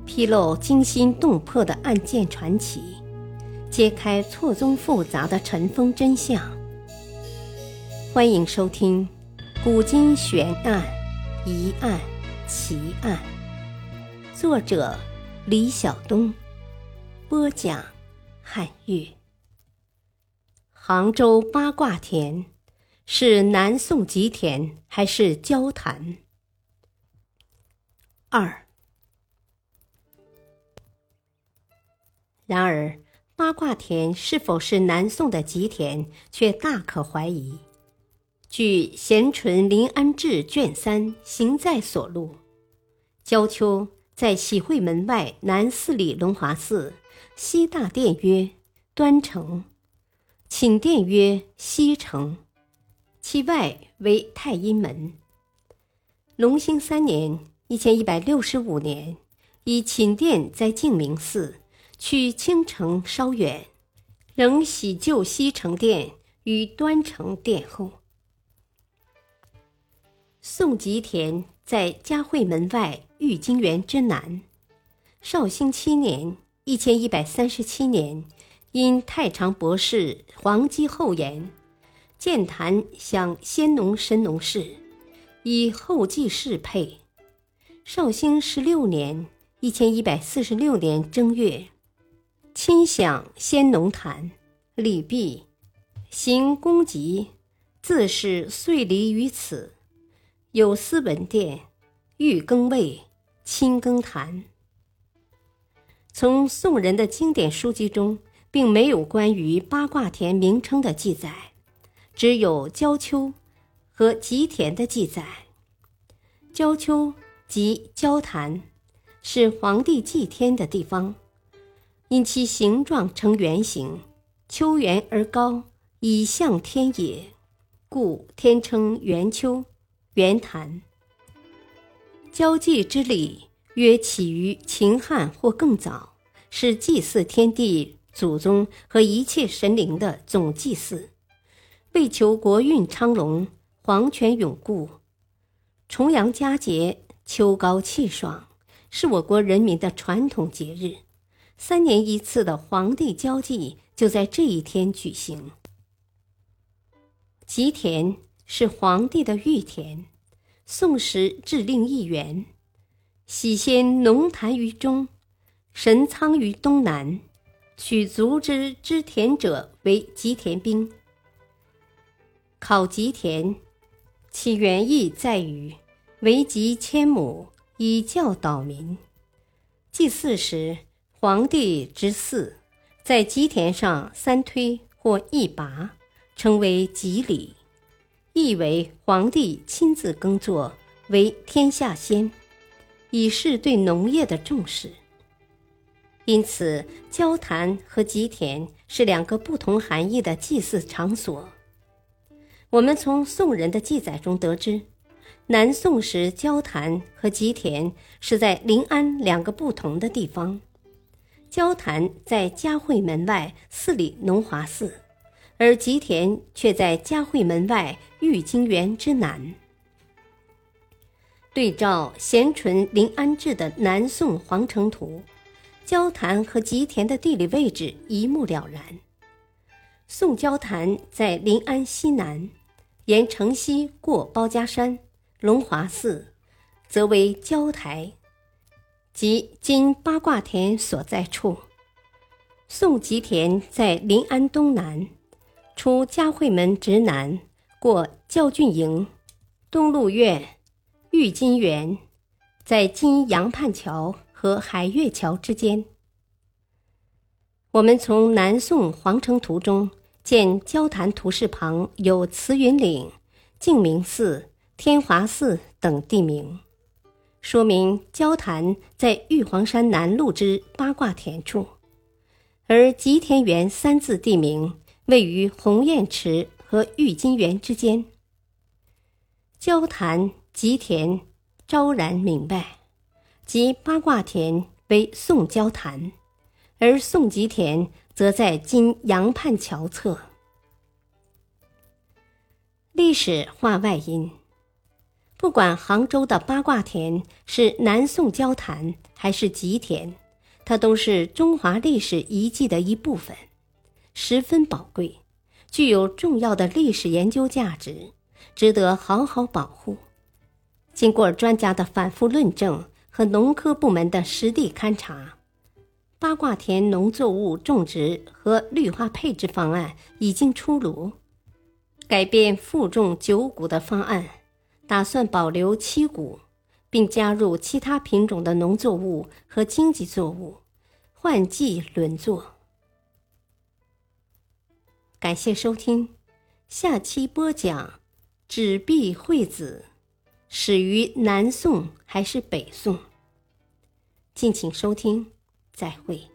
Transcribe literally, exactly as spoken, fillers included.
披露惊心动魄的案件传奇，揭开错综复杂的尘封真相。欢迎收听《古今悬案、疑案、奇案》，作者李晓东，播讲汉乐。杭州八卦田是南宋吉田还是交坛？二。然而，八卦田是否是南宋的吉田，却大可怀疑。据《咸淳临安志》卷三行在所录，焦丘在喜会门外南四里龙华寺，西大殿曰端城，寝殿曰西城，其外为太阴门。隆兴三年一千一百六十五年，以寝殿在净明寺，去青城稍远，仍喜就西城殿与端城殿后。宋吉田在嘉惠门外玉京园之南。绍兴七年一千一百三十七年，因太常博士黄基后言，建坛享先农神农氏，以后继室配。绍兴十六年一千一百四十六年正月，亲享先农坛，礼毕，行公祭，自是遂离于此。有司文殿，御更位，亲更坛。从宋人的经典书籍中，并没有关于八卦田名称的记载，只有焦丘和吉田的记载。焦丘即交坛，是皇帝祭天的地方，因其形状呈圆形，丘圆而高，以象天也，故天称圆丘、圆坛。交祭之礼约起于秦汉或更早，是祭祀天地、祖宗和一切神灵的总祭祀，为求国运昌隆、皇权永固。重阳佳节，秋高气爽，是我国人民的传统节日，三年一次的皇帝交祭就在这一天举行。吉田是皇帝的御田，宋时制令一元，喜先农坛于中，神仓于东南，取足之之田者为吉田兵。考吉田，其原意在于为吉千亩，以教导民。祭祀时，皇帝之祀，在吉田上三推或一拔，称为吉礼，意为皇帝亲自耕作，为天下先，以示对农业的重视。因此，交坛和吉田是两个不同含义的祭祀场所。我们从宋人的记载中得知，南宋时交坛和吉田是在临安两个不同的地方。交坛在嘉惠门外四里龙华寺，而吉田却在嘉惠门外玉京园之南。对照《咸淳临安志》的南宋皇城图，交坛和吉田的地理位置一目了然。宋交坛在临安西南，沿城西过包家山、龙华寺，则为交台，即今八卦田所在处。宋吉田在临安东南，出嘉惠门直南，过教训营、东路院、玉金园，在今杨畔桥和海月桥之间。我们从南宋皇城图中见交坛图示旁有慈云岭、净明寺、天华寺等地名，说明交坛在玉皇山南麓之八卦田处，而吉田园三字地名位于鸿雁池和玉金园之间。交坛、吉田昭然明白，即八卦田为宋交坛，而宋吉田则在今杨畔桥侧。历史话外音： 不管杭州的八卦田是南宋交坛还是吉田，它都是中华历史遗迹的一部分，十分宝贵，具有重要的历史研究价值，值得好好保护。经过专家的反复论证和农科部门的实地勘察，八卦田农作物种植和绿化配置方案已经出炉。改变复种九股的方案，打算保留七股，并加入其他品种的农作物和经济作物，换季轮作。感谢收听，下期播讲纸币会子始于南宋还是北宋？敬请收听，再会。